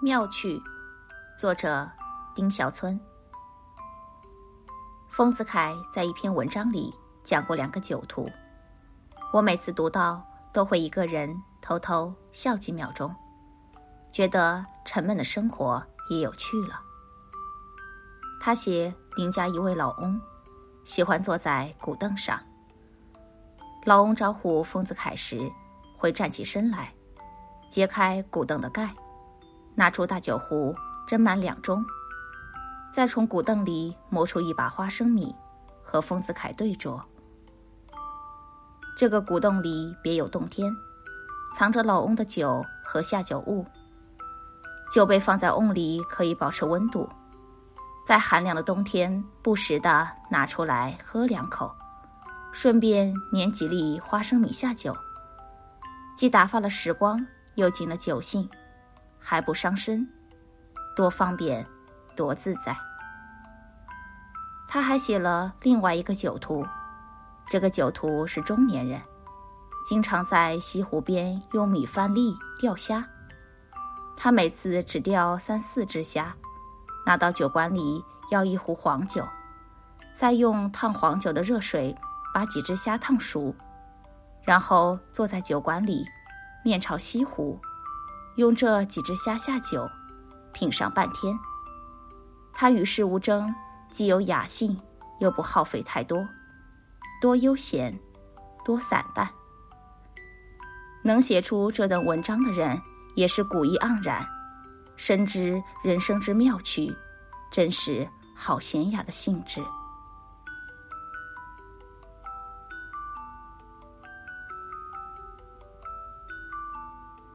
妙趣，作者丁小村。丰子恺在一篇文章里讲过2个酒徒，我每次读到都会一个人偷偷笑几秒钟，觉得沉闷的生活也有趣了。他写邻家一位老翁喜欢坐在古凳上，老翁招呼丰子恺时会站起身来，揭开古凳的盖，拿出大酒壶斟满2盅，再从古凳里磨出一把花生米和丰子恺对酌。这个古洞里别有洞天，藏着老翁的酒和下酒物。酒杯放在瓮里可以保持温度，在寒凉的冬天不时地拿出来喝2口，顺便碾几粒花生米下酒，既打发了时光，又尽了酒兴，还不伤身，多方便多自在。他还写了另外一个酒徒，这个酒徒是中年人，经常在西湖边用米饭粒钓虾。他每次只钓3、4只虾，拿到酒馆里要一壶黄酒，再用烫黄酒的热水把几只虾烫熟，然后坐在酒馆里面朝西湖，用这几只虾下酒，品上半天。他与世无争，既有雅兴，又不耗费太多，多悠闲，多散淡。能写出这等文章的人，也是古意盎然，深知人生之妙趣，真是好娴雅的兴致。